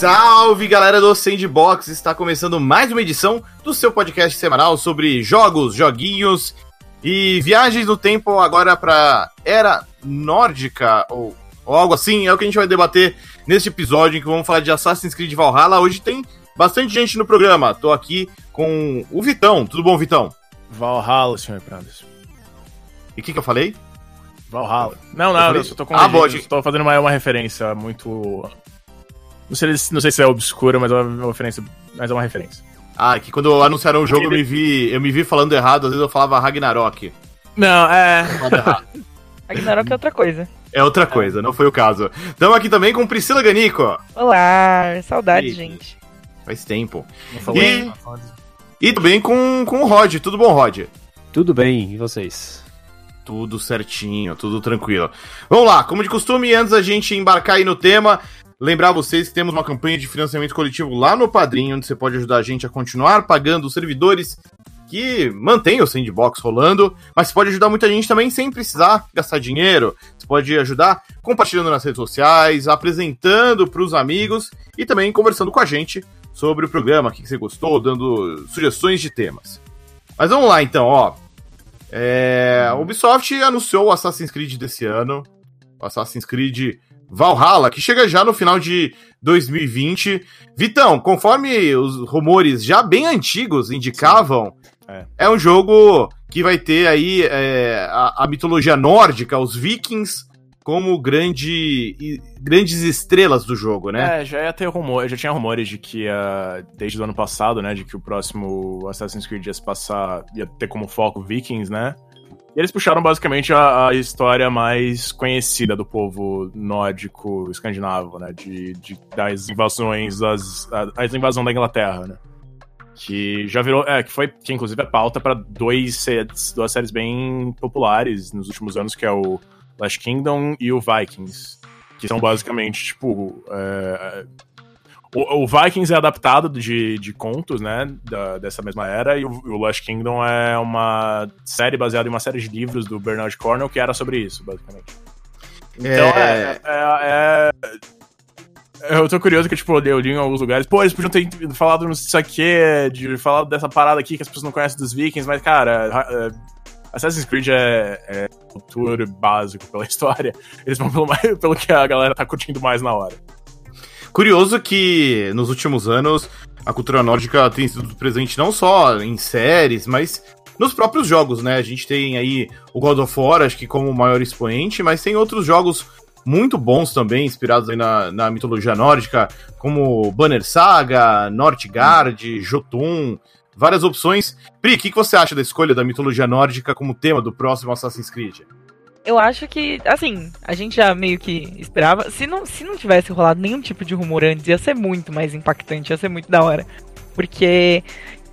Salve, galera do Sandbox! Está começando mais uma edição do seu podcast semanal sobre jogos, joguinhos e viagens no tempo agora para Era Nórdica ou algo assim. É o que a gente vai debater neste episódio, em que vamos falar de Assassin's Creed Valhalla. Hoje tem bastante gente no programa. Tô aqui com o Vitão. Tudo bom, Vitão? Valhalla, senhor Prandas. E o que eu falei? Valhalla. Não, eu só tô com tô fazendo uma referência muito... Não sei se é obscura, mas é uma referência. Ah, que quando anunciaram o jogo eu me vi falando errado, às vezes eu falava Ragnarok. Não, Ragnarok é outra coisa. É outra coisa, não foi o caso. Estamos aqui também com Priscila Ganico. Olá, saudade, gente. Faz tempo. E também com o Rod. Tudo bom, Rod? Tudo bem, e vocês? Tudo certinho, tudo tranquilo. Vamos lá, como de costume, antes da gente embarcar aí no tema, lembrar vocês que temos uma campanha de financiamento coletivo lá no Padrim, onde você pode ajudar a gente a continuar pagando os servidores que mantém o Sandbox rolando, mas você pode ajudar muita gente também sem precisar gastar dinheiro. Você pode ajudar compartilhando nas redes sociais, apresentando para os amigos e também conversando com a gente sobre o programa, o que você gostou, dando sugestões de temas. Mas vamos lá então, ó. A Ubisoft anunciou o Assassin's Creed desse ano, o Assassin's Creed Valhalla, que chega já no final de 2020. Vitão, conforme os rumores já bem antigos indicavam, é um jogo que vai ter aí a mitologia nórdica, os vikings, como grandes estrelas do jogo, né? Já tinha rumores de que, desde o ano passado, né, de que o próximo Assassin's Creed ia ter como foco vikings, né? E eles puxaram basicamente a história mais conhecida do povo nórdico escandinavo, né? Das invasões, a invasão da Inglaterra, né? Que já virou, que inclusive é pauta para duas séries bem populares nos últimos anos, que é o Last Kingdom e o Vikings. Que são basicamente, tipo... O Vikings é adaptado de contos, né, dessa mesma era, e o Last Kingdom é uma série baseada em uma série de livros do Bernard Cornwell que era sobre isso, basicamente. Então, eu tô curioso que, tipo, eu li em alguns lugares, eles podiam ter falado nisso aqui, de falar dessa parada aqui que as pessoas não conhecem dos Vikings, mas, cara, Assassin's Creed é cultura básico pela história, eles vão pelo que a galera tá curtindo mais na hora. Curioso que, nos últimos anos, a cultura nórdica tem sido presente não só em séries, mas nos próprios jogos, né? A gente tem aí o God of War, acho que como o maior expoente, mas tem outros jogos muito bons também, inspirados aí na mitologia nórdica, como Banner Saga, Northgard, Jotun, várias opções. Pri, o que você acha da escolha da mitologia nórdica como tema do próximo Assassin's Creed? Eu acho que, assim, a gente já meio que esperava. Se não tivesse rolado nenhum tipo de rumor antes, ia ser muito mais impactante, ia ser muito da hora. Porque,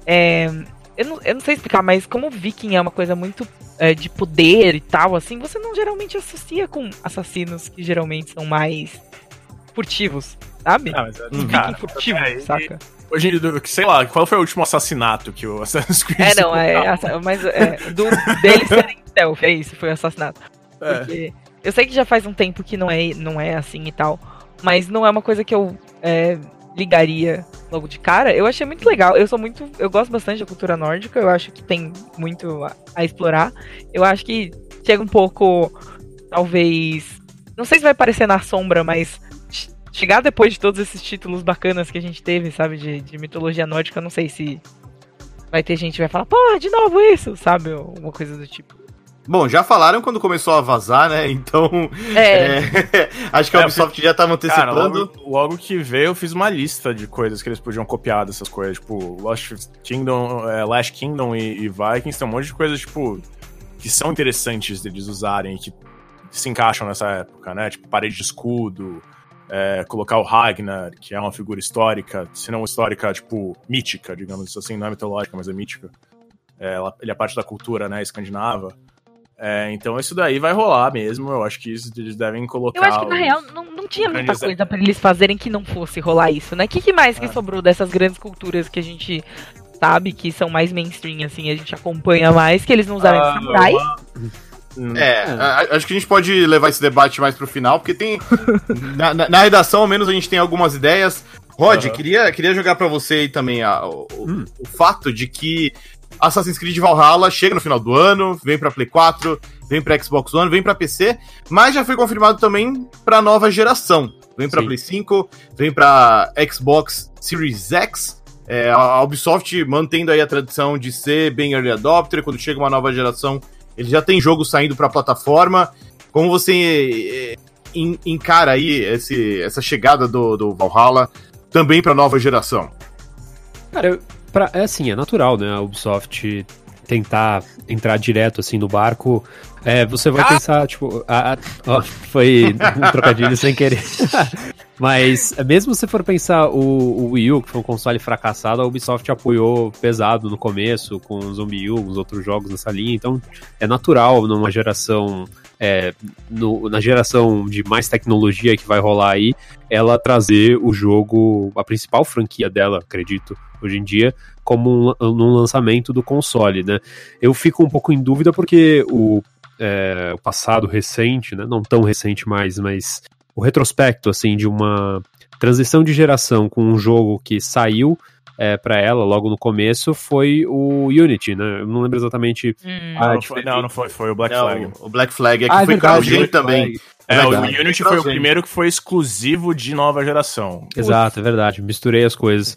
eu não sei explicar, mas como viking é uma coisa muito de poder e tal, assim, você não geralmente associa com assassinos que geralmente são mais furtivos, sabe? Um viking furtivo, saca? Hoje, sei lá, qual foi o último assassinato que o Assassin's Creed... Mas dele ser em stealth, foi o assassinato. Porque eu sei que já faz um tempo que não é assim e tal, mas não é uma coisa que eu ligaria logo de cara. Eu achei muito legal, eu gosto bastante da cultura nórdica, eu acho que tem muito a explorar. Eu acho que chega um pouco, talvez, não sei se vai parecer na sombra, mas chegar depois de todos esses títulos bacanas que a gente teve, sabe, de mitologia nórdica, não sei se vai ter gente que vai falar, pô, de novo isso, sabe, alguma coisa do tipo. Bom, já falaram quando começou a vazar, né? Então, acho que a Ubisoft já tava antecipando. Cara, logo que veio, eu fiz uma lista de coisas que eles podiam copiar dessas coisas. Tipo, Last Kingdom e Vikings, tem um monte de coisas, tipo, que são interessantes deles usarem e que se encaixam nessa época, né? Tipo, parede de escudo, colocar o Ragnar, que é uma figura histórica, se não histórica, tipo, mítica, digamos assim, não é mitológica, mas é mítica. Ele é parte da cultura, né, escandinava. Então isso daí vai rolar mesmo, eu acho que eles devem colocar... Eu acho que na real não tinha muita coisa pra eles fazerem que não fosse rolar isso, né? O que mais que sobrou dessas grandes culturas que a gente sabe que são mais mainstream, assim, a gente acompanha mais, que eles não usaram samurai? Acho que a gente pode levar esse debate mais pro final, porque tem... na redação, ao menos, a gente tem algumas ideias. Rod, queria jogar pra você aí também o fato de que Assassin's Creed Valhalla chega no final do ano, vem pra Play 4, vem pra Xbox One, vem pra PC, mas já foi confirmado também pra nova geração. Vem pra Play 5, vem pra Xbox Series X. A Ubisoft mantendo aí a tradição de ser bem early adopter, quando chega uma nova geração, ele já tem jogo saindo pra plataforma. Como você encara aí essa chegada do Valhalla também pra nova geração? Cara, é natural, né, a Ubisoft tentar entrar direto, assim, no barco. Você vai pensar, tipo... foi um trocadilho sem querer. Mas, mesmo se for pensar o Wii U, que foi um console fracassado, a Ubisoft apoiou pesado no começo, com o Zombie U, os outros jogos nessa linha, então é natural numa geração... na geração de mais tecnologia que vai rolar aí, ela trazer o jogo, a principal franquia dela, acredito, hoje em dia, como num lançamento do console, né? Eu fico um pouco em dúvida porque o passado recente, né? Não tão recente mais, mas o retrospecto, assim, de uma transição de geração com um jogo que saiu pra ela logo no começo foi o Unity, né? Eu não lembro exatamente. Não foi. Foi o Black Flag. O Black Flag que foi cross-gen também. O Unity foi o primeiro que foi exclusivo de nova geração. Exato, é verdade. Misturei as coisas.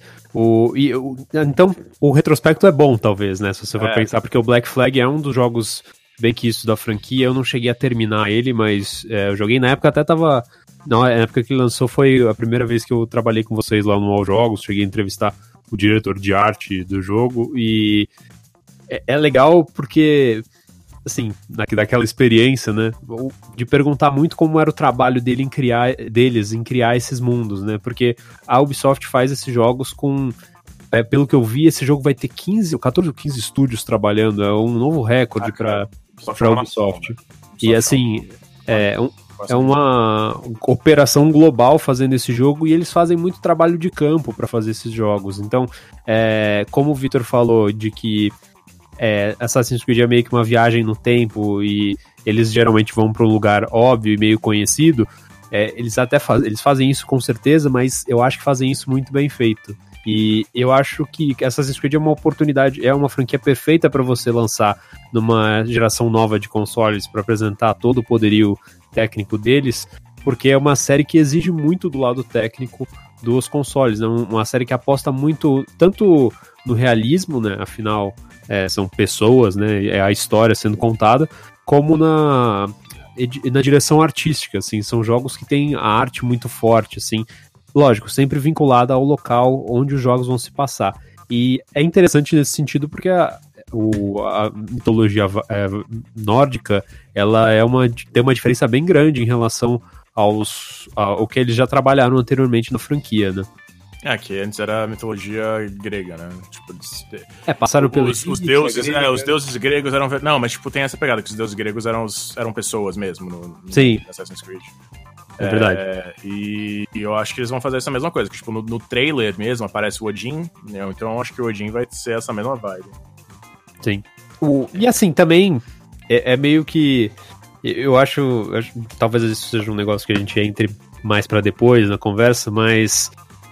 Então, o retrospecto é bom, talvez, né? Se você for pensar, porque o Black Flag é um dos jogos bem que isso da franquia. Eu não cheguei a terminar ele, mas eu joguei na época, até tava... Na época que ele lançou foi a primeira vez que eu trabalhei com vocês lá no All Jogos. Cheguei a entrevistar o diretor de arte do jogo e é legal porque, assim, daquela experiência, né, de perguntar muito como era o trabalho deles em criar esses mundos, né, porque a Ubisoft faz esses jogos com, pelo que eu vi, esse jogo vai ter 14 ou 15 estúdios trabalhando, é um novo recorde pra Ubisoft. E assim, é uma operação global fazendo esse jogo e eles fazem muito trabalho de campo para fazer esses jogos. Então, como o Victor falou, de que Assassin's Creed é meio que uma viagem no tempo e eles geralmente vão para um lugar óbvio e meio conhecido, eles fazem isso com certeza, mas eu acho que fazem isso muito bem feito. E eu acho que Assassin's Creed é uma oportunidade, é uma franquia perfeita para você lançar numa geração nova de consoles, para apresentar todo o poderio técnico deles, porque é uma série que exige muito do lado técnico dos consoles, né? Uma série que aposta muito, tanto no realismo, né? Afinal, são pessoas, né? É a história sendo contada, como na direção artística, assim, são jogos que têm a arte muito forte, assim, lógico, sempre vinculada ao local onde os jogos vão se passar. E é interessante nesse sentido porque a mitologia nórdica, ela tem uma diferença bem grande em relação ao que eles já trabalharam anteriormente na franquia, né? Que antes era a mitologia grega, né? Tipo, passaram pelos... Os deuses gregos eram... Não, mas tipo, tem essa pegada, que os deuses gregos eram pessoas mesmo no Assassin's Creed. É verdade. E eu acho que eles vão fazer essa mesma coisa, que tipo, no trailer mesmo aparece o Odin, né? Então eu acho que o Odin vai ser essa mesma vibe. Sim. E assim, também é meio que... Eu acho talvez isso seja um negócio que a gente entre mais pra depois na conversa, mas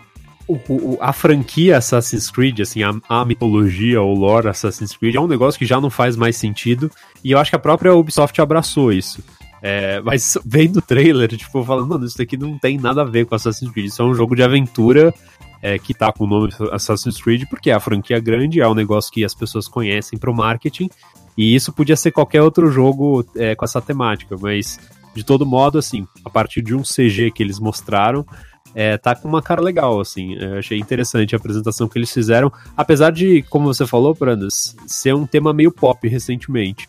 a franquia Assassin's Creed, assim, a mitologia, o lore Assassin's Creed é um negócio que já não faz mais sentido, e eu acho que a própria Ubisoft abraçou isso. Mas vendo o trailer, tipo, falando, mano, isso daqui não tem nada a ver com Assassin's Creed, isso é um jogo de aventura que tá com o nome Assassin's Creed, porque a franquia é grande, é um negócio que as pessoas conhecem pro marketing, e isso podia ser qualquer outro jogo com essa temática, mas de todo modo, assim, a partir de um CG que eles mostraram, tá com uma cara legal, assim, achei interessante a apresentação que eles fizeram, apesar de, como você falou, Brandas, ser um tema meio pop recentemente.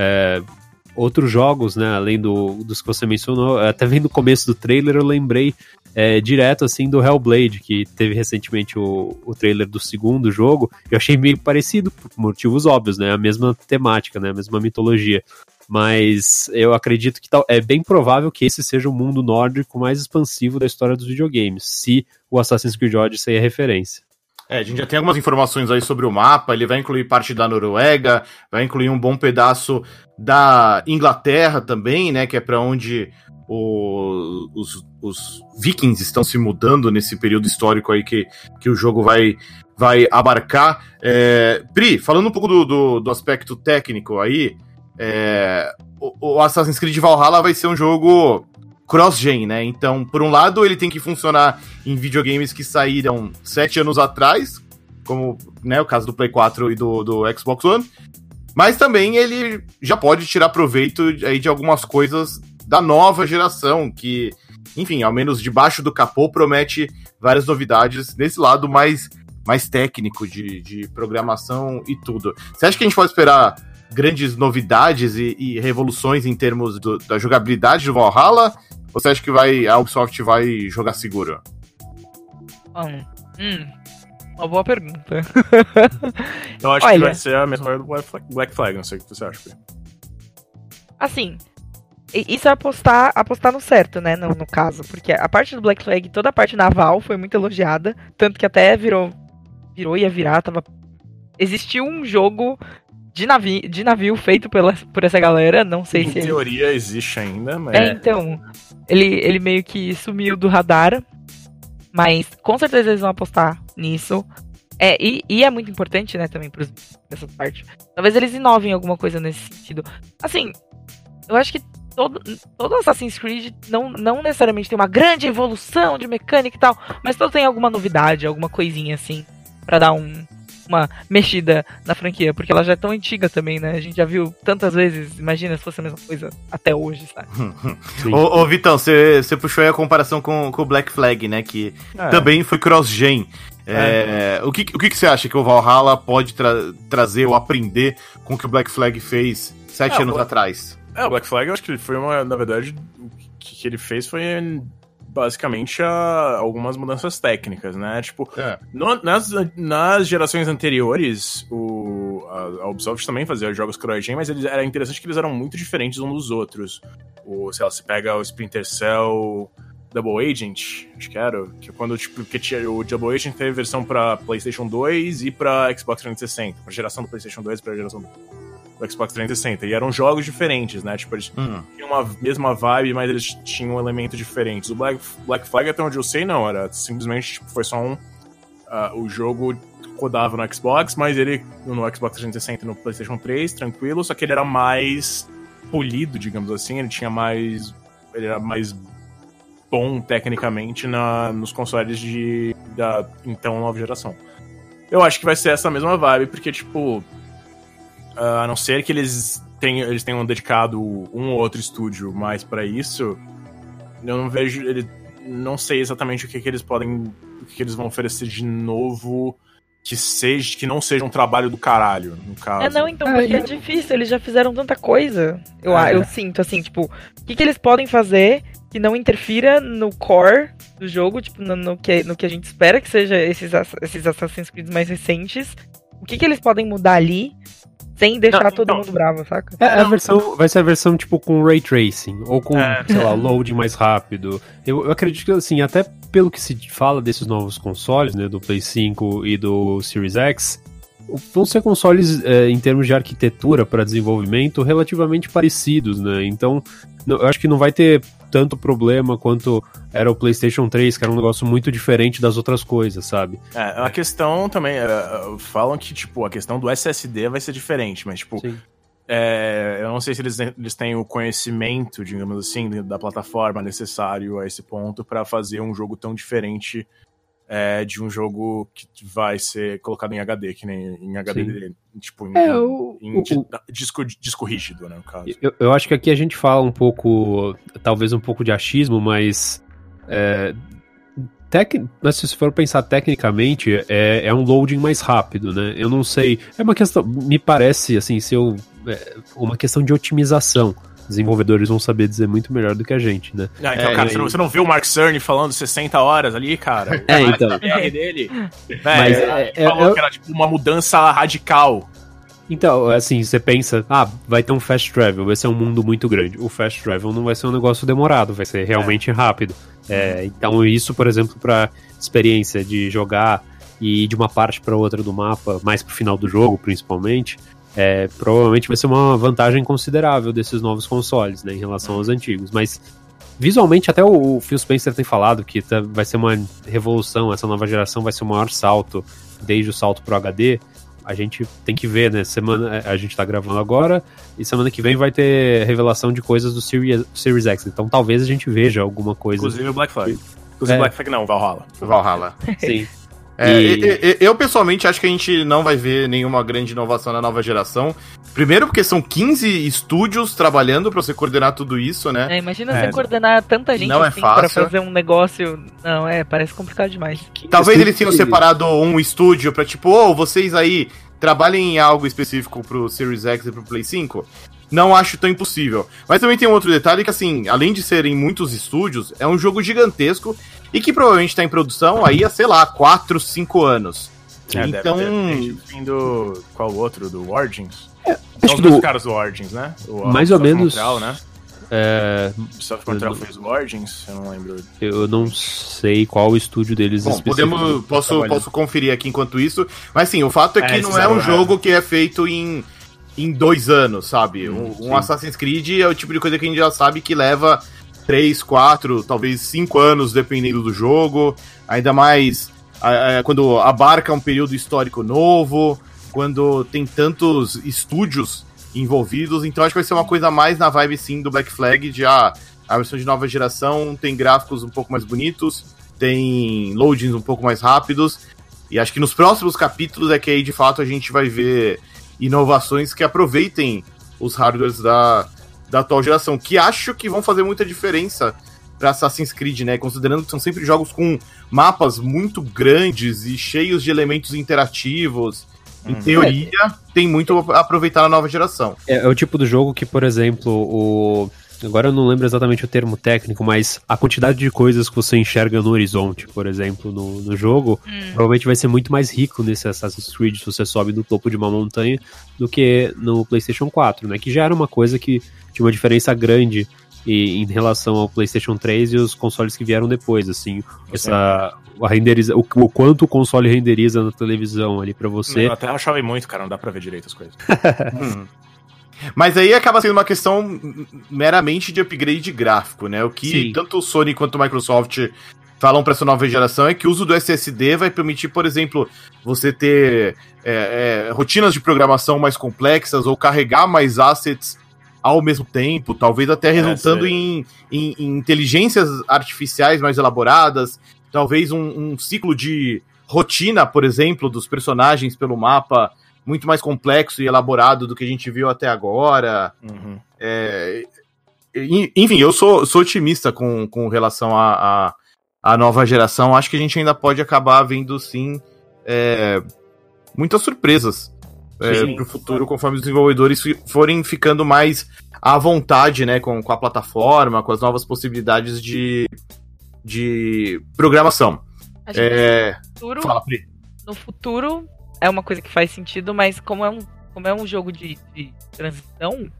Outros jogos, né, além dos que você mencionou, até vendo o começo do trailer eu lembrei direto, assim, do Hellblade, que teve recentemente o trailer do segundo jogo, eu achei meio parecido, por motivos óbvios, né, a mesma temática, né, a mesma mitologia, mas eu acredito que é bem provável que esse seja o mundo nórdico mais expansivo da história dos videogames, se o Assassin's Creed Odyssey é referência. A gente já tem algumas informações aí sobre o mapa, ele vai incluir parte da Noruega, vai incluir um bom pedaço da Inglaterra também, né, que é para onde os vikings estão se mudando nesse período histórico aí que o jogo vai abarcar. Pri, falando um pouco do aspecto técnico aí, o Assassin's Creed Valhalla vai ser um jogo cross-gen, né? Então, por um lado, ele tem que funcionar em videogames que saíram 7 anos atrás, como, né, o caso do Play 4 e do Xbox One, mas também ele já pode tirar proveito aí de algumas coisas da nova geração, que, enfim, ao menos debaixo do capô, promete várias novidades nesse lado mais técnico de programação e tudo. Você acha que a gente pode esperar grandes novidades e revoluções em termos da jogabilidade do Valhalla? Ou você acha que a Ubisoft vai jogar seguro? Uma boa pergunta. Eu acho que vai ser a mesma do Black Flag, não sei o que você acha. Assim, isso é apostar no certo, né, no caso. Porque a parte do Black Flag, toda a parte naval foi muito elogiada, tanto que até virou ia virar, existiu um jogo de navio feito por essa galera, não sei se... Em teoria existe ainda, mas... então, ele meio que sumiu do radar, mas com certeza eles vão apostar nisso. E é muito importante, né, também nessa parte. Talvez eles inovem alguma coisa nesse sentido. Assim, eu acho que todo Assassin's Creed não necessariamente tem uma grande evolução de mecânica e tal, mas todo tem alguma novidade, alguma coisinha assim, pra dar uma mexida na franquia, porque ela já é tão antiga também, né? A gente já viu tantas vezes, imagina se fosse a mesma coisa até hoje, sabe? Ô Vitão, você puxou aí a comparação com o Black Flag, né? Que também foi cross-gen. O que você acha que o Valhalla pode trazer ou aprender com o que o Black Flag fez 7 anos atrás? O Black Flag, eu acho que foi na verdade, o que ele fez foi basicamente algumas mudanças técnicas, né? Tipo, nas gerações anteriores, a Ubisoft também fazia jogos cross-gen, mas era interessante que eles eram muito diferentes uns dos outros. Sei lá, você pega o Splinter Cell Double Agent, acho que era, que quando, tipo, porque o Double Agent teve versão pra PlayStation 2 e pra Xbox 360, pra geração do PlayStation 2 e pra geração do Xbox 360, e eram jogos diferentes, né, tipo, eles tinham uma mesma vibe, mas eles tinham elementos diferentes. O Black Flag, até onde eu sei, não, era simplesmente, tipo, foi só o jogo rodava no Xbox, mas ele no Xbox 360 e no PlayStation 3, tranquilo, só que ele era mais polido, digamos assim, ele era mais bom tecnicamente nos consoles da então nova geração. Eu acho que vai ser essa mesma vibe, porque, tipo, a não ser que eles tenham dedicado um ou outro estúdio mais pra isso, eu não vejo, não sei exatamente o que eles vão oferecer de novo que não seja um trabalho do caralho, no caso. Porque é difícil, eles já fizeram tanta coisa. Eu sinto, assim, tipo, o que eles podem fazer que não interfira no core do jogo, tipo, no que a gente espera que seja esses Assassin's Creed mais recentes. O que eles podem mudar ali sem deixar todo mundo bravo, saca? Vai ser a versão, tipo, com Ray Tracing, ou com, sei lá, load mais rápido. Eu acredito que, assim, até pelo que se fala desses novos consoles, né, do Play 5 e do Series X, vão ser consoles, em termos de arquitetura para desenvolvimento, relativamente parecidos, né? Então, eu acho que não vai ter tanto problema quanto era o PlayStation 3, que era um negócio muito diferente das outras coisas, sabe? A questão também, falam que, tipo, a questão do SSD vai ser diferente, mas, tipo, eu não sei se eles têm o conhecimento, digamos assim, da plataforma necessário a esse ponto para fazer um jogo tão diferente de um jogo que vai ser colocado em HD, que nem em HD, tipo, em disco rígido, né, no caso. Eu acho que aqui a gente fala um pouco, talvez um pouco de achismo, mas mas se você for pensar tecnicamente, é um loading mais rápido, né? Eu não sei, é uma questão, me parece, assim, uma questão de otimização. Desenvolvedores vão saber dizer muito melhor do que a gente, né? Então, cara, você não viu o Mark Cerny falando 60 horas ali, cara? Então. Dele. Mas falou que era tipo uma mudança radical. Então, assim, você pensa, vai ter um fast travel, vai ser um mundo muito grande. O fast travel não vai ser um negócio demorado, vai ser realmente rápido. Então, isso, por exemplo, pra experiência de jogar e ir de uma parte pra outra do mapa, mais pro final do jogo, principalmente, provavelmente vai ser uma vantagem considerável desses novos consoles, né, em relação aos antigos. Mas visualmente até o Phil Spencer tem falado que vai ser uma revolução, essa nova geração vai ser o maior salto desde o salto pro HD. A gente tem que ver, né? A gente tá gravando agora e semana que vem vai ter revelação de coisas do Series X. Então talvez a gente veja alguma coisa. Inclusive o Black Flag. Inclusive Black Flag não, Valhalla. Valhalla. Sim. Eu pessoalmente acho que a gente não vai ver nenhuma grande inovação na nova geração. Primeiro porque são 15 estúdios trabalhando pra você coordenar tudo isso, né? Imagina você coordenar tanta gente não assim fácil. Pra fazer um negócio... Não, parece complicado demais. Talvez eles tenham separado um estúdio pra tipo, vocês aí trabalhem em algo específico pro Series X e pro Play 5. Não acho tão impossível. Mas também tem um outro detalhe que, assim, além de serem muitos estúdios, é um jogo gigantesco e que provavelmente tá em produção aí há, sei lá, 4, 5 anos. Então... Qual o outro? Do Origins? Acho que que os caras do Origins, né? Mais ou menos... Montreal, né? Ubisoft Montreal fez o Origins? Eu não lembro. Eu não sei qual o estúdio deles específico. Posso conferir aqui enquanto isso. Mas sim, o fato é que não é um jogo que é feito em 2 anos, sabe? Um Assassin's Creed é o tipo de coisa que a gente já sabe que leva 3, 4, talvez 5 anos, dependendo do jogo. Ainda mais quando abarca um período histórico novo, quando tem tantos estúdios envolvidos. Então acho que vai ser uma coisa mais na vibe, sim, do Black Flag, de a versão de nova geração tem gráficos um pouco mais bonitos, tem loadings um pouco mais rápidos. E acho que nos próximos capítulos é que aí, de fato, a gente vai ver inovações que aproveitem os hardwares da atual geração, que acho que vão fazer muita diferença para Assassin's Creed, né? Considerando que são sempre jogos com mapas muito grandes e cheios de elementos interativos. Em teoria, tem muito a aproveitar na nova geração. É o tipo do jogo que, por exemplo, agora eu não lembro exatamente o termo técnico, mas a quantidade de coisas que você enxerga no horizonte, por exemplo, no jogo, provavelmente vai ser muito mais rico nesse Assassin's Creed se você sobe no topo de uma montanha do que no PlayStation 4, né? Que já era uma coisa que tinha uma diferença grande em relação ao PlayStation 3 e os consoles que vieram depois, assim, o quanto o console renderiza na televisão ali pra você. Eu até achava muito, cara, não dá pra ver direito as coisas. Mas aí acaba sendo uma questão meramente de upgrade gráfico, né? O que tanto o Sony quanto o Microsoft falam para essa nova geração é que o uso do SSD vai permitir, por exemplo, você ter rotinas de programação mais complexas ou carregar mais assets ao mesmo tempo, talvez até resultando em inteligências artificiais mais elaboradas, talvez um ciclo de rotina, por exemplo, dos personagens pelo mapa muito mais complexo e elaborado do que a gente viu até agora. Enfim, eu sou otimista com relação à nova geração. Acho que a gente ainda pode acabar vendo, sim, muitas surpresas pro futuro, conforme os desenvolvedores forem ficando mais à vontade, né, com a plataforma, com as novas possibilidades de programação. Fala, Pri. No futuro é uma coisa que faz sentido, mas como é um jogo de transição,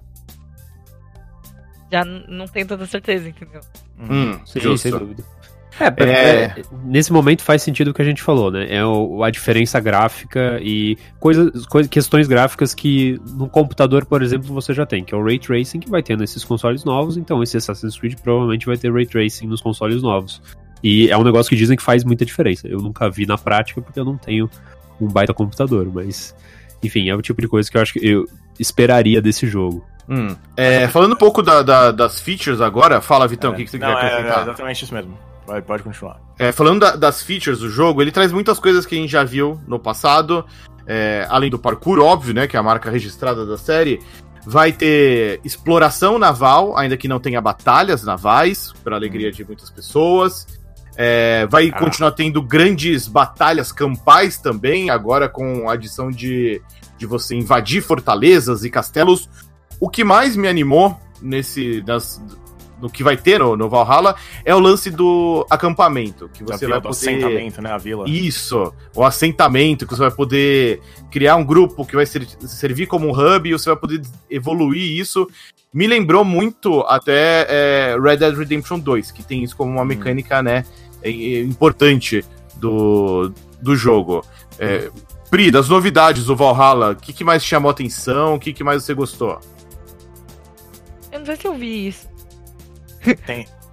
já não tenho tanta certeza, entendeu? Sim, sem dúvida. Nesse momento faz sentido o que a gente falou, né? A diferença gráfica e questões gráficas que no computador, por exemplo, você já tem, que é o Ray Tracing, que vai ter nesses consoles novos. Então esse Assassin's Creed provavelmente vai ter Ray Tracing nos consoles novos. E é um negócio que dizem que faz muita diferença. Eu nunca vi na prática porque eu não tenho um baita computador, mas enfim, é o tipo de coisa que eu acho que eu esperaria desse jogo. Falando um pouco das features agora, fala, Vitão, o que você quer acrescentar? É exatamente isso mesmo. Pode continuar. Falando das features do jogo, ele traz muitas coisas que a gente já viu no passado, além do parkour, óbvio, né, que é a marca registrada da série. Vai ter exploração naval, ainda que não tenha batalhas navais, para alegria de muitas pessoas. Vai continuar tendo grandes batalhas campais também, agora com a adição de você invadir fortalezas e castelos. O que mais me animou no que vai ter no Valhalla é o lance do acampamento, que você vai poder... assentamento, né, a vila. Isso, o assentamento, que você vai poder criar um grupo que vai servir como um hub e você vai poder evoluir isso. Me lembrou muito até Red Dead Redemption 2, que tem isso como uma mecânica, né, importante do jogo. Pri, das novidades do Valhalla, o que mais chamou a atenção, o que mais você gostou? Eu não sei se eu vi isso.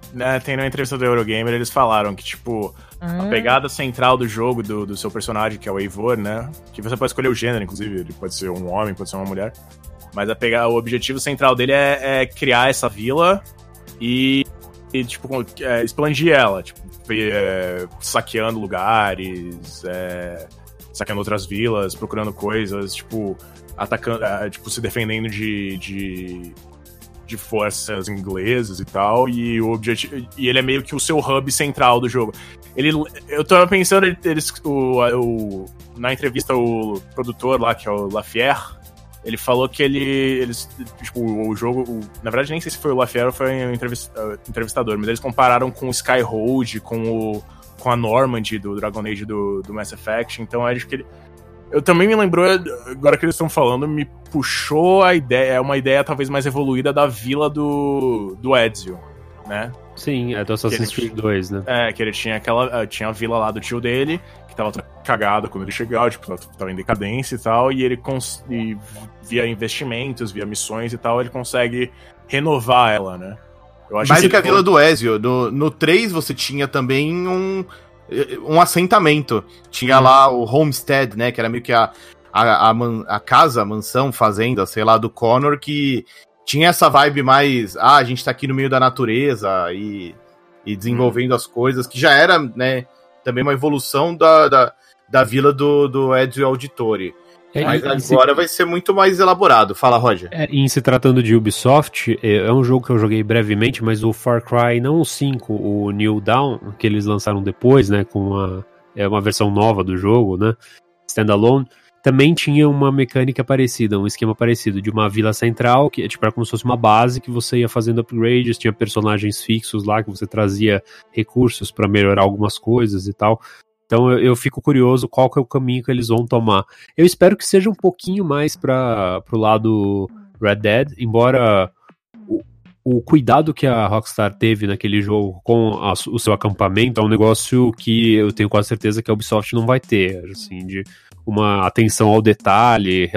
né, tem na entrevista do Eurogamer, eles falaram que, tipo, a pegada central do jogo, do seu personagem, que é o Eivor, né, que você pode escolher o gênero, inclusive, ele pode ser um homem, pode ser uma mulher, mas o objetivo central dele é criar essa vila e tipo, expandir ela, tipo, saqueando lugares, saqueando outras vilas, procurando coisas, tipo, atacando, tipo, se defendendo de forças inglesas e tal, e o objetivo, e ele é meio que o seu hub central do jogo. Eu tava pensando, na entrevista, o produtor lá, que é o Lafayette, ele falou que eles tipo, o jogo, na verdade nem sei se foi o Lafayette ou foi o entrevistador, mas eles compararam com o Skyhold, com a Normandy do Dragon Age do Mass Effect, então acho que eu também me lembrou, agora que eles estão falando, me puxou a ideia, uma ideia talvez mais evoluída da vila do Ezio, né? Sim, é do Assassin's Creed 2, né? Que ele tinha tinha a vila lá do tio dele, que tava cagado quando ele chegava, tipo, tava em decadência e tal, e ele via investimentos, via missões e tal, ele consegue renovar ela, né? Eu acho mais do que a vila do Ezio. No 3 você tinha também um assentamento. Tinha lá o Homestead, né? Que era meio que a casa, a mansão, fazenda, sei lá, do Connor, que tinha essa vibe mais... a gente tá aqui no meio da natureza e desenvolvendo as coisas, que já era, né, também uma evolução da vila do Ezio Auditore. Mas agora vai ser muito mais elaborado. Fala, Roger. Em se tratando de Ubisoft, é um jogo que eu joguei brevemente, mas o Far Cry, não o 5, o New Dawn, que eles lançaram depois, né, com uma versão nova do jogo, né, standalone, também tinha uma mecânica parecida, um esquema parecido, de uma vila central, que tipo, era como se fosse uma base que você ia fazendo upgrades, tinha personagens fixos lá, que você trazia recursos para melhorar algumas coisas e tal. Então eu fico curioso qual que é o caminho que eles vão tomar. Eu espero que seja um pouquinho mais pro lado Red Dead, embora o cuidado que a Rockstar teve naquele jogo com o seu acampamento é um negócio que eu tenho quase certeza que a Ubisoft não vai ter, assim, de uma atenção ao detalhe,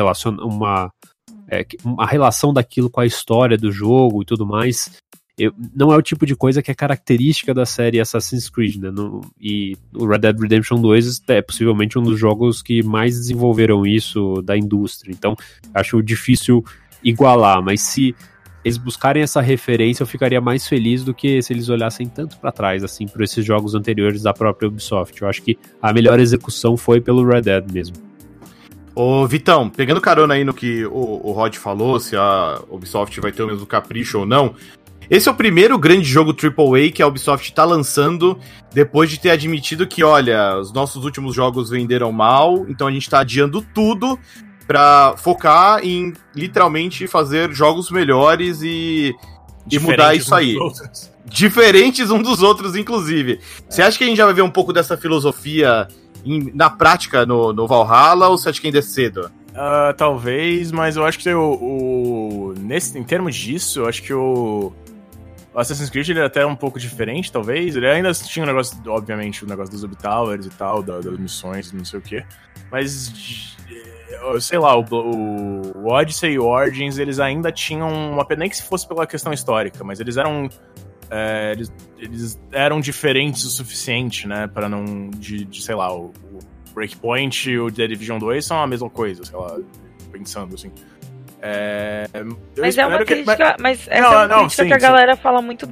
a relação daquilo com a história do jogo e tudo mais. Não é o tipo de coisa que é característica da série Assassin's Creed, né? E o Red Dead Redemption 2 é possivelmente um dos jogos que mais desenvolveram isso da indústria, então acho difícil igualar, mas se eles buscarem essa referência eu ficaria mais feliz do que se eles olhassem tanto pra trás, assim, por esses jogos anteriores da própria Ubisoft. Eu acho que a melhor execução foi pelo Red Dead mesmo. Ô Vitão, pegando carona aí no que o Rod falou, se a Ubisoft vai ter o mesmo capricho ou não, esse é o primeiro grande jogo AAA que a Ubisoft tá lançando depois de ter admitido que, olha, os nossos últimos jogos venderam mal, então a gente tá adiando tudo pra focar em, literalmente, fazer jogos melhores e mudar isso aí. Diferentes uns dos outros, inclusive. Você acha que a gente já vai ver um pouco dessa filosofia na prática no Valhalla, ou você acha que ainda é cedo? Talvez, mas eu acho que em termos disso, eu acho que o Assassin's Creed ele é até um pouco diferente, talvez. Ele ainda tinha um negócio, obviamente, o negócio dos Obtowers e tal, das missões, não sei o quê. Mas, sei lá, o Odyssey e o Origins, eles ainda tinham uma... Nem que se fosse pela questão histórica, mas eles eram... Eles eram diferentes o suficiente, né, pra não... sei lá, o Breakpoint e o The Division 2 são a mesma coisa, sei lá, pensando assim. Mas é uma crítica, mas essa é uma crítica que a galera fala muito.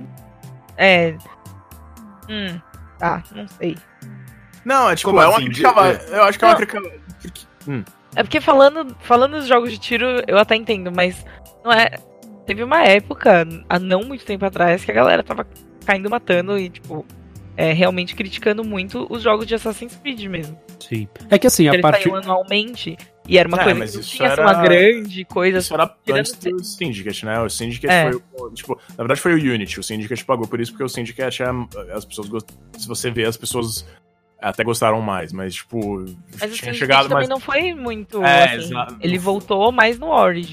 Não sei. Não, é tipo, como é uma assim, crítica. Eu acho que é uma crítica. É porque falando dos jogos de tiro, eu até entendo, mas não é. Teve uma época, há não muito tempo atrás, que a galera tava caindo matando e, tipo, realmente criticando muito os jogos de Assassin's Creed mesmo. Sim. É que assim, a partir... Eles saíam anualmente e era uma coisa que não tinha uma grande coisa. Isso era antes do Syndicate, né? O Syndicate foi, tipo, na verdade foi o Unity. O Syndicate pagou por isso, porque o Syndicate as pessoas se você vê, as pessoas até gostaram mais, mas tipo, mas tinha chegado mais... também não foi muito, assim, ele voltou mais no Origin.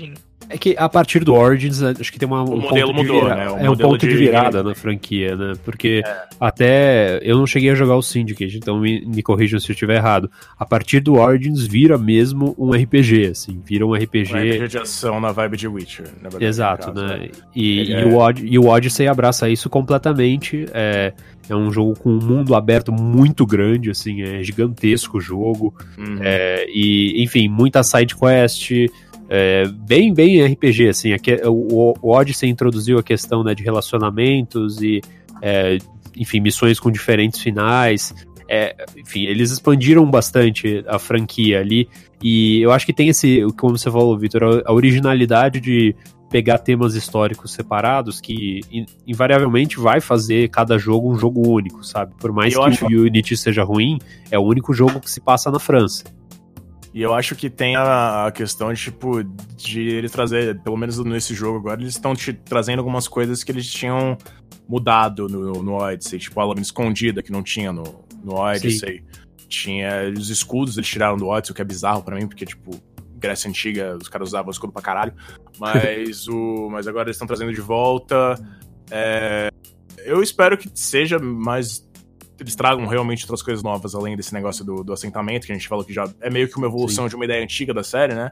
É que a partir do Origins, acho que tem um modelo ponto mudou, né? Um ponto de virada na franquia, né? Porque até eu não cheguei a jogar o Syndicate, então me corrijam se eu estiver errado. A partir do Origins vira mesmo um RPG, assim, vira um RPG... Um RPG de ação na vibe de Witcher, na verdade. Exato, né? E o Odyssey abraça isso completamente. É um jogo com um mundo aberto muito grande, assim, é gigantesco o jogo. E, enfim, muita side quest... bem RPG, assim, o Odyssey introduziu a questão, né, de relacionamentos e, enfim, missões com diferentes finais, enfim, eles expandiram bastante a franquia ali, e eu acho que tem como você falou, Vitor, a originalidade de pegar temas históricos separados que invariavelmente vai fazer cada jogo um jogo único, sabe? Por mais que o Unity seja ruim, é o único jogo que se passa na França. E eu acho que tem a questão de ele trazer, pelo menos nesse jogo agora, eles estão te trazendo algumas coisas que eles tinham mudado no Odyssey, tipo a lâmina escondida que não tinha no Odyssey. Sim. Tinha os escudos, eles tiraram do Odyssey, o que é bizarro pra mim, porque, Grécia Antiga, os caras usavam escudo pra caralho. Mas agora eles estão trazendo de volta. Eu espero que seja mais... Eles tragam realmente outras coisas novas, além desse negócio do assentamento, que a gente falou que já é meio que uma evolução de uma ideia antiga da série, né?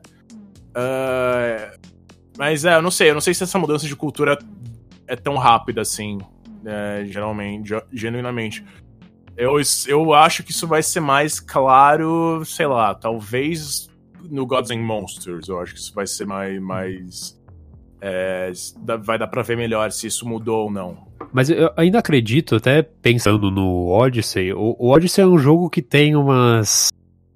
Mas eu não sei se essa mudança de cultura é tão rápida assim, genuinamente. Eu acho que isso vai ser mais claro, sei lá, talvez no Gods and Monsters, eu acho que isso vai ser mais vai dar pra ver melhor se isso mudou ou não. Mas eu ainda acredito, até pensando no Odyssey, o Odyssey é um jogo que tem umas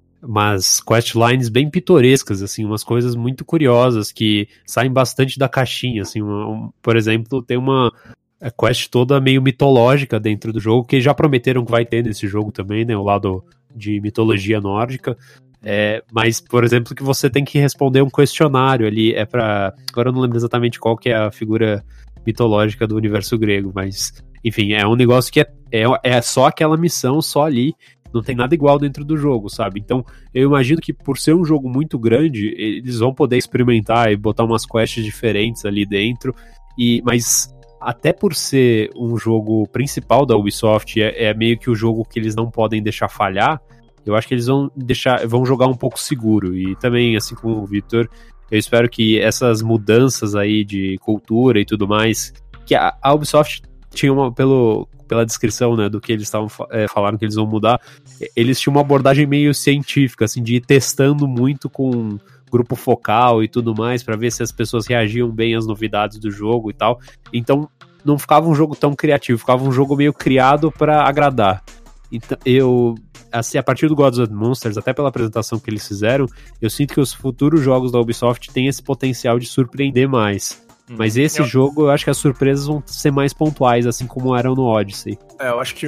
questlines bem pitorescas, assim, umas coisas muito curiosas que saem bastante da caixinha, assim, por exemplo, tem uma quest toda meio mitológica dentro do jogo, que já prometeram que vai ter nesse jogo também, né, o lado de mitologia nórdica, mas, por exemplo, que você tem que responder um questionário ali, agora eu não lembro exatamente qual que é a figura mitológica do universo grego, mas, enfim, é um negócio que é só aquela missão, só ali, não tem nada igual dentro do jogo, sabe? Então, eu imagino que por ser um jogo muito grande, eles vão poder experimentar e botar umas quests diferentes ali dentro, mas até por ser um jogo principal da Ubisoft, é meio que o jogo que eles não podem deixar falhar, eu acho que eles vão jogar um pouco seguro, e também, assim como o Victor, eu espero que essas mudanças aí de cultura e tudo mais, que a Ubisoft tinha pela descrição, né, do que eles estavam falaram que eles vão mudar, eles tinham uma abordagem meio científica, assim, de ir testando muito com grupo focal e tudo mais, pra ver se as pessoas reagiam bem às novidades do jogo e tal. Então, não ficava um jogo tão criativo, ficava um jogo meio criado pra agradar. Então, assim, a partir do Gods and Monsters, até pela apresentação que eles fizeram, eu sinto que os futuros jogos da Ubisoft têm esse potencial de surpreender mais. Mas esse jogo, eu acho que as surpresas vão ser mais pontuais, assim como eram no Odyssey. Eu acho que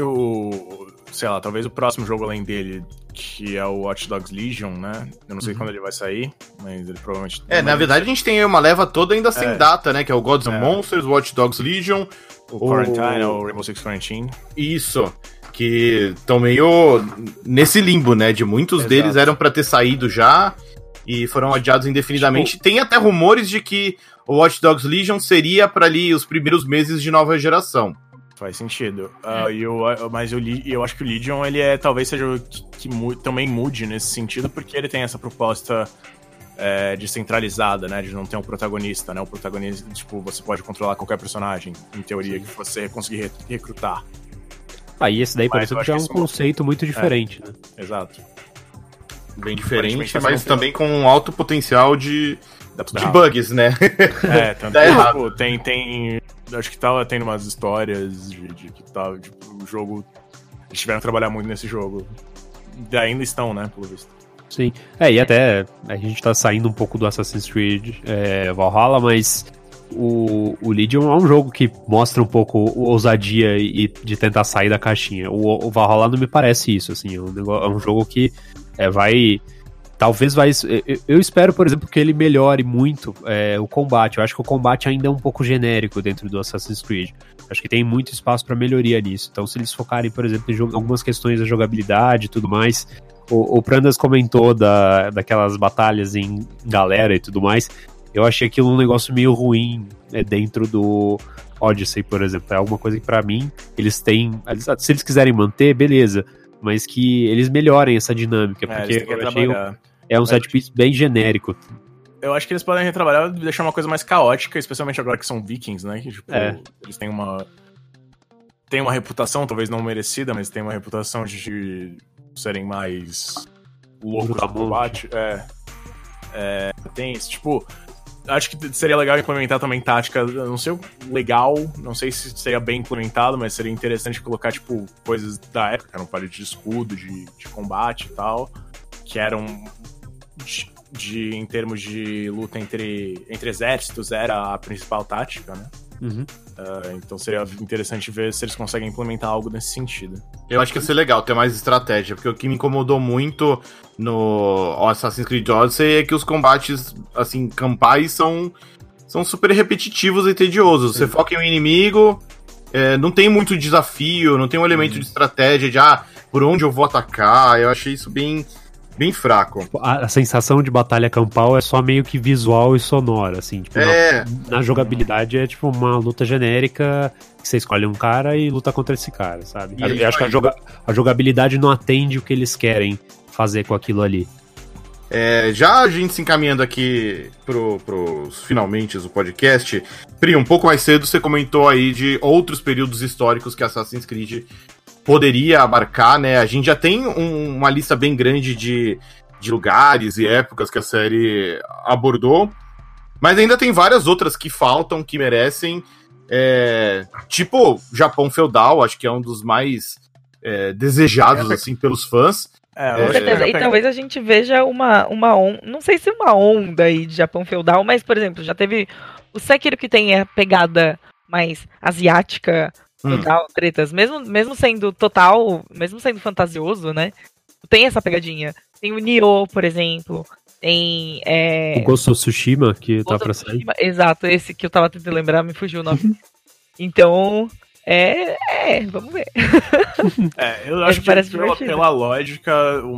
sei lá, talvez o próximo jogo além dele, que é o Watch Dogs Legion, né? Eu não sei quando ele vai sair, mas ele provavelmente... na verdade a gente tem uma leva toda ainda sem data, né? Que é o Gods and Monsters, Watch Dogs Legion... O Quarantine, o Rainbow Six Quarantine. Isso, que estão meio nesse limbo, né? De muitos deles eram pra ter saído já e foram adiados indefinidamente. Tem até rumores de que o Watch Dogs Legion seria pra ali os primeiros meses de nova geração. Faz sentido. Mas eu acho que o Legion, ele talvez seja que também mude nesse sentido, porque ele tem essa proposta descentralizada, né? De não ter um protagonista, né? O protagonista, você pode controlar qualquer personagem, em teoria, que você conseguir recrutar. E esse daí, por exemplo, já é um conceito muito diferente, né? Exato. Bem diferente, mas também com um alto potencial de bugs, né? Tanto errado. Tem acho que tava tendo umas histórias de que tava, o jogo, eles tiveram que trabalhar muito nesse jogo. E ainda estão, né, pelo visto. Sim, e até a gente tá saindo um pouco do Assassin's Creed Valhalla, mas o Legion é um jogo que mostra um pouco ousadia e de tentar sair da caixinha. O Valhalla não me parece isso, assim, é um jogo que talvez vai... Eu espero, por exemplo, que ele melhore muito o combate. Eu acho que o combate ainda é um pouco genérico dentro do Assassin's Creed. Acho que tem muito espaço para melhoria nisso. Então, se eles focarem, por exemplo, em algumas questões da jogabilidade e tudo mais... O Prandas comentou daquelas batalhas em galera e tudo mais. Eu achei aquilo um negócio meio ruim dentro do Odyssey, por exemplo. É alguma coisa que pra mim, eles têm... Se eles quiserem manter, beleza. Mas que eles melhorem essa dinâmica, porque eu achei um set piece bem genérico. Eu acho que eles podem retrabalhar e deixar uma coisa mais caótica, especialmente agora que são vikings, né? Que, tipo, eles têm uma reputação, talvez não merecida, mas tem uma reputação de serem mais loucos no combate. Tem isso, tipo... Acho que seria legal implementar também tática, não sei legal, não sei se seria bem implementado, mas seria interessante colocar, tipo, coisas da época, no palito de escudo, de combate e tal, que eram, em termos de luta entre exércitos, era a principal tática, né? Uhum. Então seria interessante ver se eles conseguem implementar algo nesse sentido. Eu acho que ia ser legal ter mais estratégia, porque o que me incomodou muito no Assassin's Creed Odyssey é que os combates, assim, campais são super repetitivos e tediosos. Você foca em um inimigo, não tem muito desafio, não tem um elemento de estratégia de, por onde eu vou atacar. Eu achei isso bem fraco. A sensação de batalha campal é só meio que visual e sonora, assim. Tipo, na jogabilidade é tipo uma luta genérica que você escolhe um cara e luta contra esse cara, sabe? Eu acho que a jogabilidade não atende o que eles querem fazer com aquilo ali. Já a gente se encaminhando aqui pros finalmente do podcast, Pri, um pouco mais cedo você comentou aí de outros períodos históricos que Assassin's Creed poderia abarcar, né? A gente já tem uma lista bem grande de lugares e épocas que a série abordou, mas ainda tem várias outras que faltam, que merecem, tipo Japão feudal, acho que é um dos mais desejados, assim, pelos fãs. Com certeza, e talvez a gente veja uma onda, não sei se uma onda aí de Japão feudal, mas, por exemplo, já teve o Sekiro, que tem a pegada mais asiática, total, tretas, mesmo sendo fantasioso, né? Tem essa pegadinha. Tem o Nioh, por exemplo. Tem. O Ghost of Tsushima, que tá pra sair. Exato, esse que eu tava tentando lembrar, me fugiu o nome. Então. Vamos ver. Eu acho que pela lógica,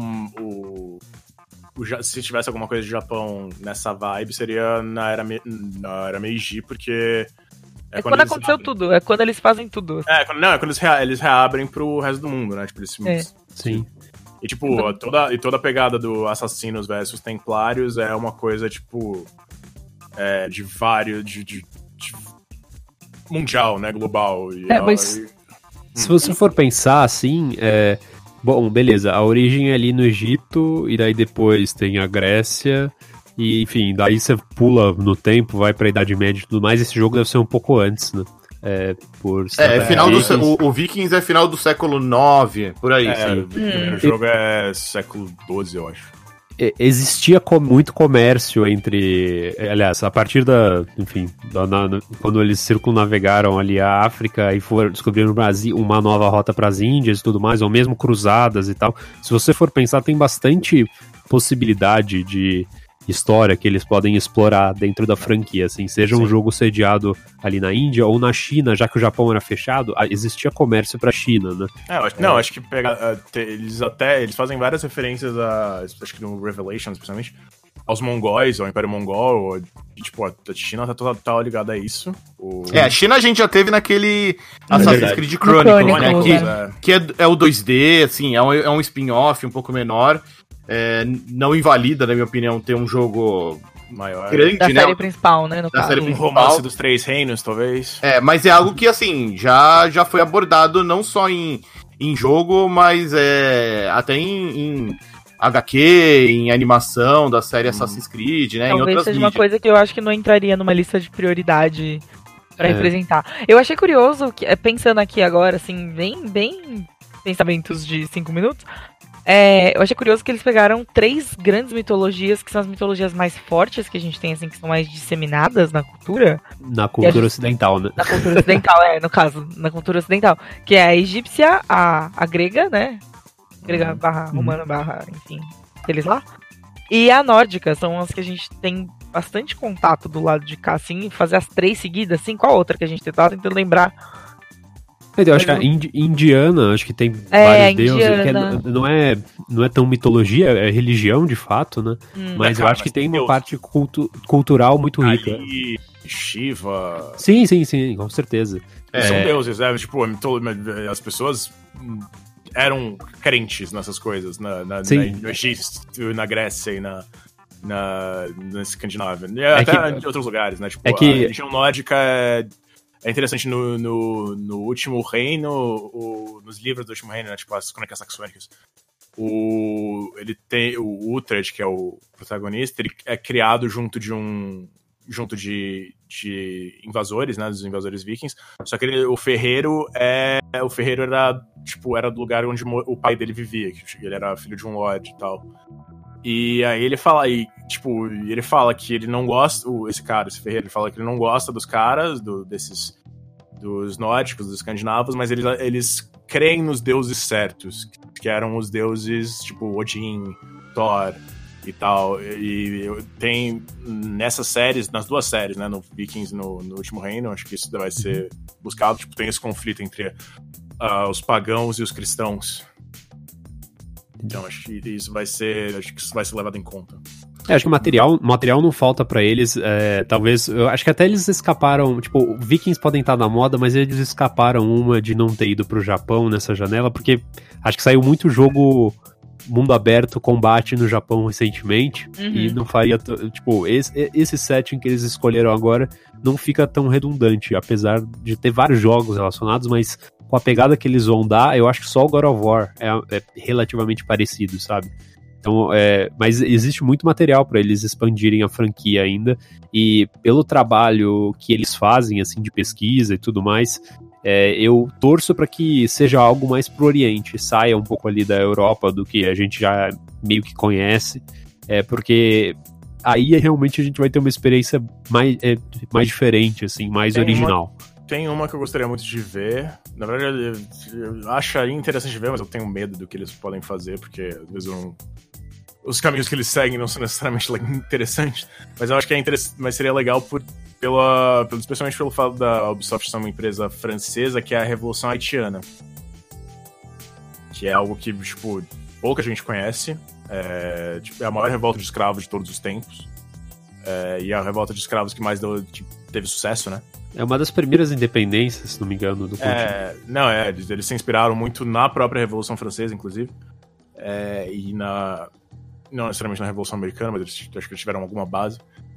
se tivesse alguma coisa de Japão nessa vibe, seria na era Meiji, porque. Quando aconteceu tudo, é quando eles fazem tudo. Quando eles reabrem pro resto do mundo, né? Tipo, eles Sim. E, tipo, toda a pegada do Assassinos versus Templários é uma coisa, tipo, de vários, de mundial, né? Global. Mas se você for pensar assim, bom, beleza, a origem é ali no Egito, e daí depois tem a Grécia. E, enfim, daí você pula no tempo, vai pra Idade Média e tudo mais. Esse jogo deve ser um pouco antes, né? Final o Vikings é final do século IX, por aí. O primeiro jogo é século XII, eu acho. Existia muito comércio entre... Aliás, a partir quando eles circunnavegaram ali a África e descobriram no Brasil uma nova rota para as Índias e tudo mais, ou mesmo cruzadas e tal. Se você for pensar, tem bastante possibilidade de história que eles podem explorar dentro da franquia, assim, seja um jogo sediado ali na Índia ou na China, já que o Japão era fechado, existia comércio pra China, né? Acho que eles fazem várias referências acho que no Revelations, especialmente, aos mongóis, ao Império Mongol, tipo, a China tá ligada a isso. A China a gente já teve naquele Assassin's Creed Chronicles, né, que é o 2D, assim, é um spin-off um pouco menor. Não invalida, na minha opinião, ter um jogo maior grande, da série principal, né? Um romance dos Três Reinos, talvez. Mas é algo que, assim, já foi abordado não só em jogo, mas até em HQ, em animação da série Assassin's Creed, né? Talvez em outras seja mídias. Uma coisa que eu acho que não entraria numa lista de prioridade pra representar. Eu achei curioso, pensando aqui agora, assim, bem pensamentos de 5 minutos. Eu achei curioso que eles pegaram 3 grandes mitologias, que são as mitologias mais fortes que a gente tem, assim, que são mais disseminadas na cultura. Na cultura ocidental, né? Na cultura ocidental, no caso, na cultura ocidental. Que é a egípcia, a grega, né? Grega barra romana barra, enfim, eles lá. E a nórdica, são as que a gente tem bastante contato do lado de cá, assim, fazer as 3 seguidas, assim, qual outra que a gente tentando lembrar? Eu acho que a indiana, acho que tem vários deuses, que não é tão mitologia, é religião de fato, né? Mas eu acho que tem uma parte cultural muito rica. Ali, Shiva... Sim, com certeza. São deuses, né? Tipo, as pessoas eram crentes nessas coisas, no Egito, na Grécia e na Escandinávia. Até em outros lugares, né? Tipo, a religião nórdica é interessante no Último Reino, nos livros do Último Reino, né? Tipo, as Crônicas Saxônicas. Ele tem o Uhtred, que é o protagonista, ele é criado junto de invasores, né, dos invasores vikings. Só que o ferreiro era do lugar onde o pai dele vivia, que ele era filho de um lord e tal. E aí ele fala que ele não gosta, esse ferreiro, ele fala que ele não gosta dos caras, dos nórdicos, dos escandinavos, mas eles creem nos deuses certos, que eram os deuses tipo Odin, Thor e tal. E tem nessas séries, nas duas séries, né, no Vikings e no Último Reino, acho que isso vai ser buscado, tipo, tem esse conflito entre os pagãos e os cristãos. Então acho que isso vai ser levado em conta. Acho que o material não falta pra eles, talvez, eu acho que até eles escaparam, tipo, Vikings podem estar na moda, mas eles escaparam uma de não ter ido pro Japão nessa janela, porque acho que saiu muito jogo mundo aberto, combate no Japão recentemente, e não faria, tipo, esse setting que eles escolheram agora não fica tão redundante, apesar de ter vários jogos relacionados, mas com a pegada que eles vão dar, eu acho que só o God of War é relativamente parecido, sabe? Então, mas existe muito material para eles expandirem a franquia ainda, e pelo trabalho que eles fazem, assim, de pesquisa e tudo mais, eu torço para que seja algo mais pro Oriente, saia um pouco ali da Europa, do que a gente já meio que conhece, porque aí realmente a gente vai ter uma experiência mais diferente, assim, mais original. Tem uma que eu gostaria muito de ver. Na verdade, eu acharia interessante de ver, mas eu tenho medo do que eles podem fazer, porque às vezes os caminhos que eles seguem não são necessariamente interessantes. Mas eu acho que mas seria legal especialmente pelo fato da Ubisoft ser uma empresa francesa, que é a Revolução Haitiana. Que é algo que, tipo, pouca gente conhece. É a maior revolta de escravos de todos os tempos. E a revolta de escravos que mais teve sucesso, né? É uma das primeiras independências, se não me engano, do continente. Eles se inspiraram muito na própria Revolução Francesa, inclusive. E não necessariamente na Revolução Americana, mas acho que eles tiveram alguma base.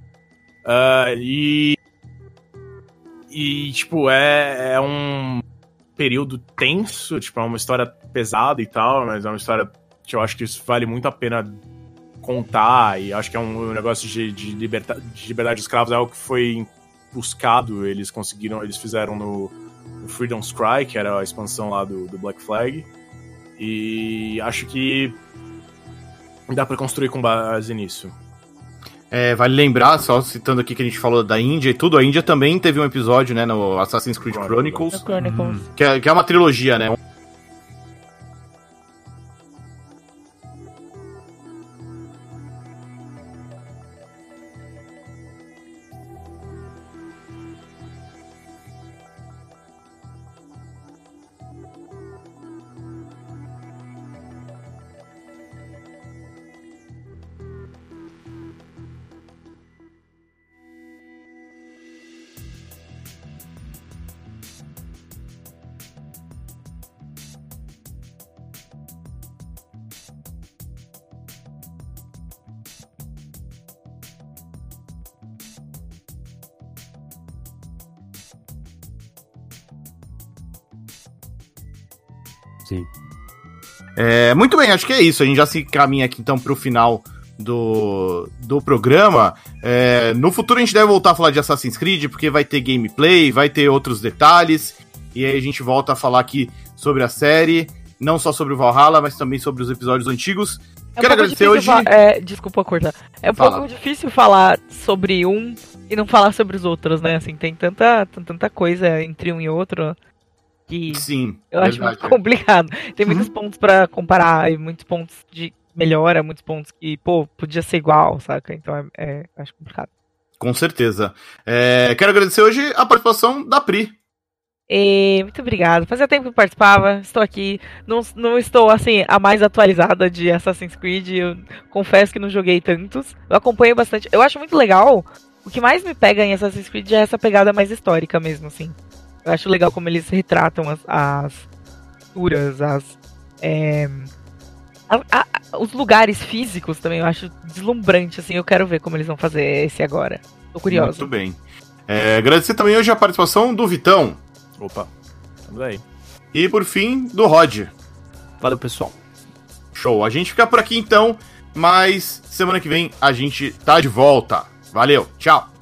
Tipo, é um período tenso, tipo, é uma história pesada e tal, mas é uma história que eu acho que isso vale muito a pena contar, e acho que é um negócio de liberdade de escravos, é algo que foi buscado, eles fizeram no Freedom's Cry, que era a expansão lá do Black Flag, e acho que dá pra construir com base nisso. Vale lembrar, só citando aqui que a gente falou da Índia e tudo, a Índia também teve um episódio, né, no Assassin's Creed Chronicles. Que é uma trilogia, né? Sim. Muito bem, acho que é isso. A gente já se caminha aqui então pro final do programa. No futuro a gente deve voltar a falar de Assassin's Creed, porque vai ter gameplay, vai ter outros detalhes, e aí a gente volta a falar aqui sobre a série, não só sobre o Valhalla, mas também sobre os episódios antigos. Quero agradecer hoje... Desculpa cortar. É um pouco difícil falar sobre um e não falar sobre os outros, né? Assim, tem tanta coisa entre um e outro que sim, eu acho muito complicado. Tem muitos pontos pra comparar e muitos pontos de melhora, muitos pontos que, podia ser igual, saca? Então acho complicado. Com certeza. Quero agradecer hoje a participação da Pri. E muito obrigado. Fazia tempo que eu participava, estou aqui. Não estou, assim, a mais atualizada de Assassin's Creed. Eu confesso que não joguei tantos. Eu acompanho bastante. Eu acho muito legal. O que mais me pega em Assassin's Creed é essa pegada mais histórica mesmo, assim. Eu acho legal como eles retratam as culturas, os lugares físicos também. Eu acho deslumbrante, assim. Eu quero ver como eles vão fazer esse agora. Tô curioso. Muito bem. Agradecer também hoje a participação do Vitão. Opa, estamos aí. E por fim, do Rod. Valeu, pessoal. Show. A gente fica por aqui então, mas semana que vem a gente tá de volta. Valeu, tchau.